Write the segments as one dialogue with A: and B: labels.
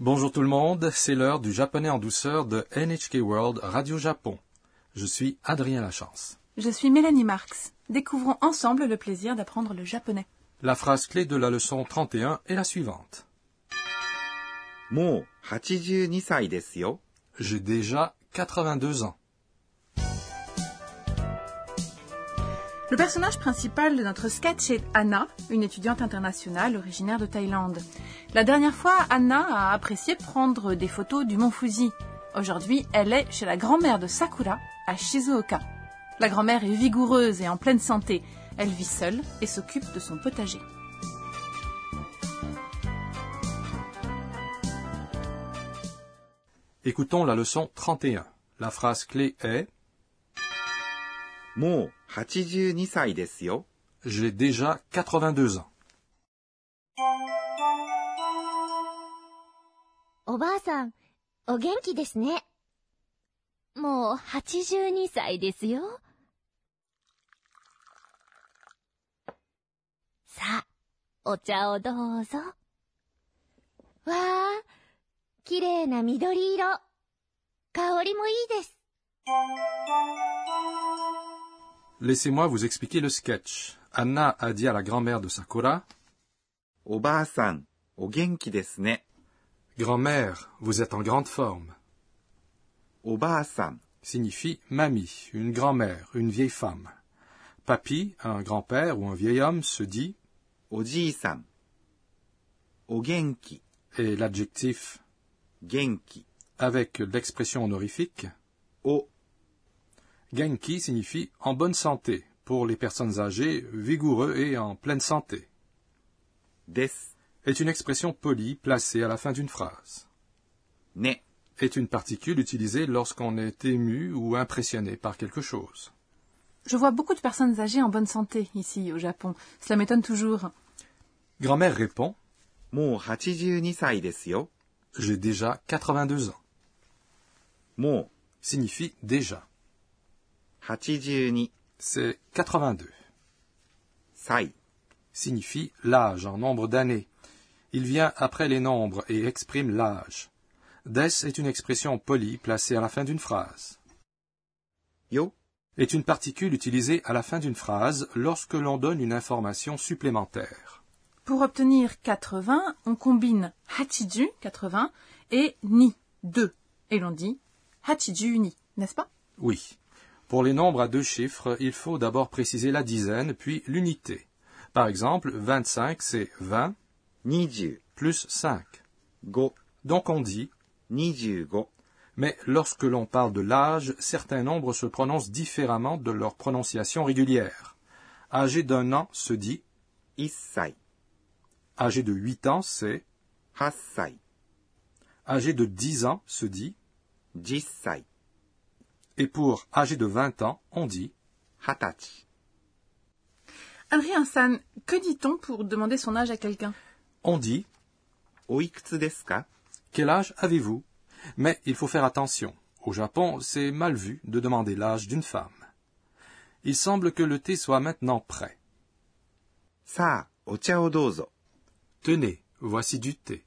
A: Bonjour tout le monde, c'est l'heure du japonais en douceur de NHK World Radio Japon. Je suis Adrien Lachance.
B: Je suis Mélanie Marx. Découvrons ensemble le plaisir d'apprendre le japonais.
A: La phrase clé de la leçon 31 est la suivante.
C: もう82歳ですよ。
A: J'ai déjà 82 ans.
B: Le personnage principal de notre sketch est Anna, une étudiante internationale originaire de Thaïlande. La dernière fois, Anna a apprécié prendre des photos du mont Fuji. Aujourd'hui, elle est chez la grand-mère de Sakura, à Shizuoka. La grand-mère est vigoureuse et en pleine santé. Elle vit seule et s'occupe de son potager.
A: Écoutons la leçon 31. La phrase clé est
C: もう82歳ですよ。
A: J'ai déjà 82 ans.
D: おばあさん、お元気ですね。もう82歳ですよ。さあ、お茶をどうぞ。わあ、きれいな緑色。香りもいいです。
A: Laissez-moi vous expliquer le sketch. Anna a dit à la grand-mère de Sakura,
C: おばあさん、お元気ですね。
A: Grand-mère, vous êtes en grande forme.
C: おばあさん、
A: Signifie mamie, une grand-mère, une vieille femme. Papy, un grand-père ou un vieil homme, se dit
C: おじいさん。お元気、
A: et l'adjectif
C: 元気。
A: avec l'expression honorifique
C: お、
A: Genki signifie en bonne santé pour les personnes âgées, vigoureux et en pleine santé.
C: です。
A: Est une expression polie placée à la fin d'une phrase.
C: ね。
A: Est une particule utilisée lorsqu'on est ému ou impressionné par quelque chose.
B: Je vois beaucoup de personnes âgées en bonne santé ici au Japon. Cela m'étonne toujours.
A: Grand-mère répond
C: もう82歳ですよ。
A: J'ai déjà 82 ans.
C: も
A: Signifie déjà.
C: う82
A: C'est 82.
C: 歳。
A: Signifie l'âge en nombre d'années. Il vient après les nombres et exprime l'âge. Des est une expression polie placée à la fin d'une phrase.
C: よ。
A: Est une particule utilisée à la fin d'une phrase lorsque l'on donne une information supplémentaire.
B: Pour obtenir 80, on combine hachiju, 80, et ni, 2. Et l'on dit hachiju ni, n'est-ce pas?
A: Oui. Pour les nombres à deux chiffres, il faut d'abord préciser la dizaine, puis l'unité. Par exemple, 25, c'est 20
C: 25
A: plus 5. Donc on dit,
C: 25
A: mais lorsque l'on parle de l'âge, certains nombres se prononcent différemment de leur prononciation régulière. Âgé d'1 an se dit,
C: 1歳
A: âgé de 8 ans, c'est,
C: 8歳
A: âgé de 10 ans se dit,
C: 10歳
A: et pour âgé de 20 ans, on dit,
C: 20歳
B: Adrien-san, que dit-on pour demander son âge à quelqu'un?
A: on dit,
C: おいくつですか
A: quel âge avez-vous? Mais il faut faire attention. Au Japon, c'est mal vu de demander l'âge d'une femme. Il semble que le thé soit maintenant prêt.
C: さあ、お茶をどうぞ。
A: Tenez, voici du thé.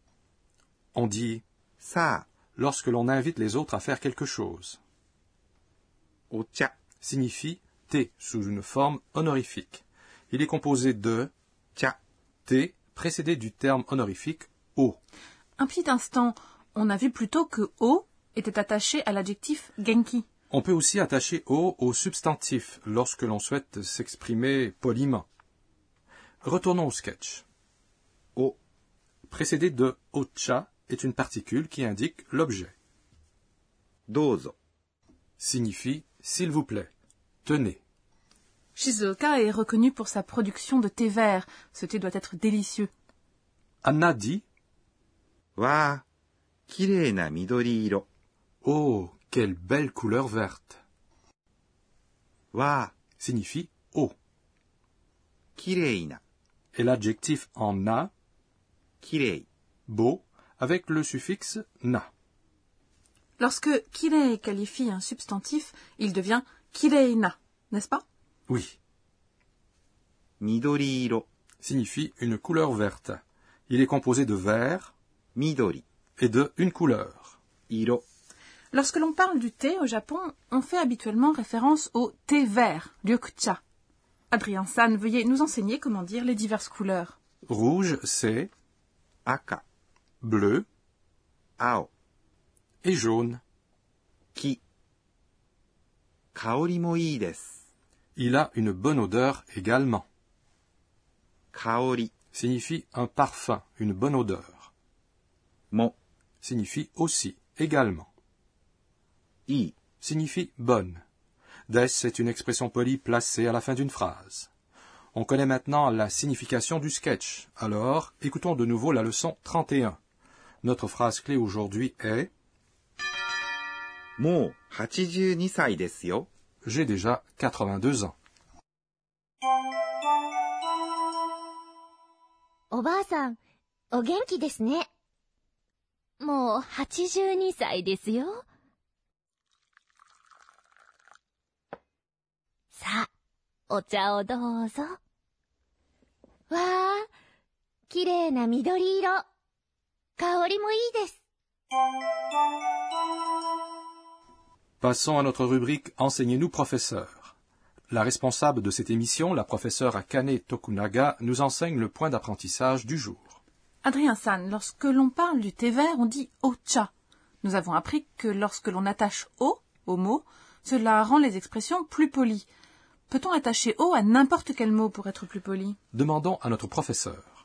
A: On dit
C: さあ、
A: lorsque l'on invite les autres à faire quelque chose.
C: お茶、
A: Signifie thé sous une forme honorifique. Il est composé de
C: 茶、
A: thé précédé du terme honorifique o.
B: Un petit instant, on a vu plutôt que o était attaché à l'adjectif genki.
A: On peut aussi attacher o au substantif lorsque l'on souhaite s'exprimer poliment. Retournons au sketch.
C: お、
A: Précédé de ocha est une particule qui indique l'objet.
C: どうぞ。
A: Signifie s'il vous plaît, tenez.
B: Shizuoka est reconnue pour sa production de thé vert. Ce thé doit être délicieux.
A: Anna dit
C: わあ、きれいな緑色。
A: oh, quelle belle couleur verte.
C: わあ、
A: Signifie oh.
C: きれいな、
A: Et l'adjectif en na,
C: きれい。
A: beau, avec le suffixe na.
B: Lorsque kirei qualifie un substantif, il devient kireina, n'est-ce pas?
A: Oui.
C: 緑色、
A: signifie une couleur verte. Il est composé de vert,
C: 緑、
A: et de une couleur.
C: 色、
B: Lorsque l'on parle du thé au Japon, on fait habituellement référence au thé vert, ryukcha. Adrien San, veuillez nous enseigner comment dire les diverses couleurs.
A: Rouge, c'est
C: 赤、
A: bleu
C: 青、
A: et jaune.
C: 木。香りもいいです。
A: Il a une bonne odeur également.
C: 香り
A: Signifie un parfum, une bonne odeur.
C: も
A: Signifie aussi, également.
C: いい。
A: Signifie bonne. Des est une expression polie placée à la fin d'une phrase. On connaît maintenant la signification du sketch. Alors, écoutons de nouveau la leçon 31. Notre phrase clé aujourd'hui est
C: もう82歳ですよ。
A: J'ai déjà 82 ans.
D: おばあさん、お元気ですね。もう82歳ですよ。さあ、お茶をどうぞ。わあ、きれいな緑色。香りもいいです。
A: Passons à notre rubrique Enseignez-nous, professeur. La responsable de cette émission, la professeure Akane Tokunaga, nous enseigne le point d'apprentissage du jour.
B: Adrien San, lorsque l'on parle du thé vert, on dit ocha. Nous avons appris que lorsque l'on attache o au mot, cela rend les expressions plus polies. Peut-on attacher o à n'importe quel mot pour être plus poli?
A: Demandons à notre professeur.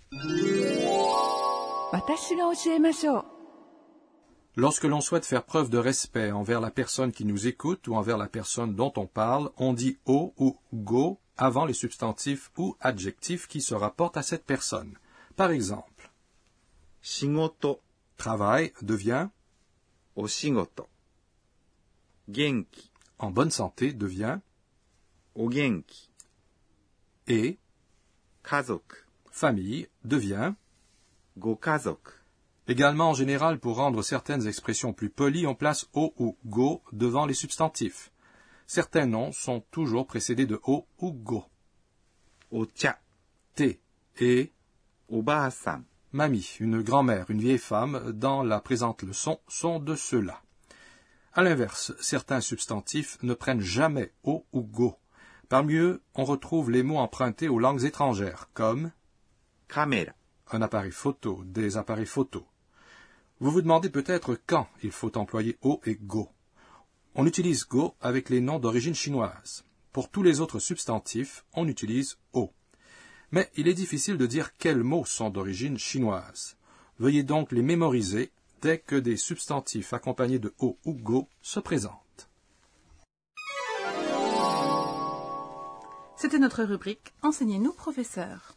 A: Lorsque l'on souhaite faire preuve de respect envers la personne qui nous écoute ou envers la personne dont on parle, on dit o ou go avant les substantifs ou adjectifs qui se rapportent à cette personne. Par exemple,
C: 仕事、
A: travail devient
C: お仕事。元気、
A: en bonne santé devient
C: お元気。
A: et
C: 家族、
A: famille devient.
C: ご家族。
A: Également, en général, pour rendre certaines expressions plus polies, on place o ou go devant les substantifs. Certains noms sont toujours précédés de o ou go.
C: お茶、
A: Thé et
C: おばあさん。
A: mamie, une grand-mère, une vieille femme, dans la présente leçon, sont de ceux-là. À l'inverse, certains substantifs ne prennent jamais o ou go. Parmi eux, on retrouve les mots empruntés aux langues étrangères, comme
C: カメラ、
A: un appareil photo, des appareils photo. Vous vous demandez peut-être quand il faut employer o et go. On utilise go avec les noms d'origine chinoise. Pour tous les autres substantifs, on utilise o. Mais il est difficile de dire quels mots sont d'origine chinoise. Veuillez donc les mémoriser dès que des substantifs accompagnés de o ou go se présentent.
B: C'était notre rubrique Enseignez-nous, professeur.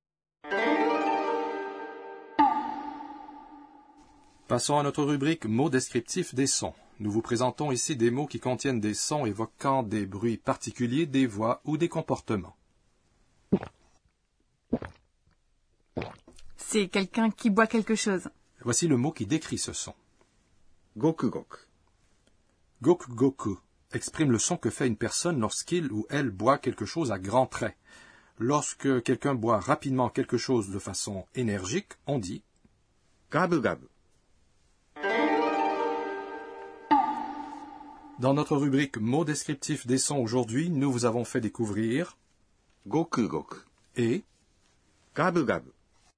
A: Passons à notre rubrique mots descriptifs des sons. Nous vous présentons ici des mots qui contiennent des sons évoquant des bruits particuliers, des voix ou des comportements.
B: C'est quelqu'un qui boit quelque chose.
A: Voici le mot qui décrit ce son.
C: ごくごく。
A: Goku exprime le son que fait une personne lorsqu'il ou elle boit quelque chose à grands traits. Lorsque quelqu'un boit rapidement quelque chose de façon énergique, on dit
C: ガブガブ。
A: Dans notre rubrique mots descriptifs des sons aujourd'hui, nous vous avons fait découvrir
C: ごくごく。
A: et
C: ガブガブ。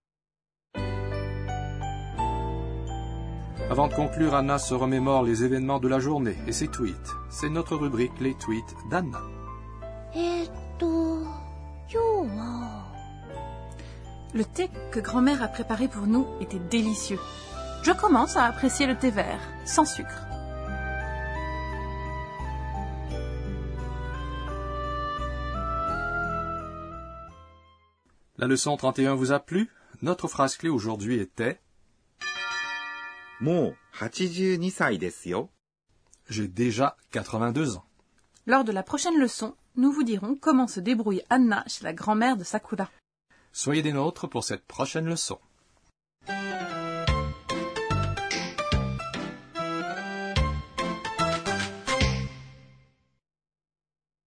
A: Avant de conclure, Anna se remémore les événements de la journée et ses tweets. C'est notre rubrique les tweets d'Anna.
D: 今日は
B: Le thé que grand-mère a préparé pour nous était délicieux. Je commence à apprécier le thé vert, sans sucre.
A: La leçon 31 vous a plu? Notre phrase clé aujourd'hui était
C: もう82歳ですよ。
A: J'ai déjà 82 ans.
B: Lors de la prochaine leçon, nous vous dirons comment se débrouille Anna chez la grand-mère de Sakura.
A: Soyez des nôtres pour cette prochaine leçon.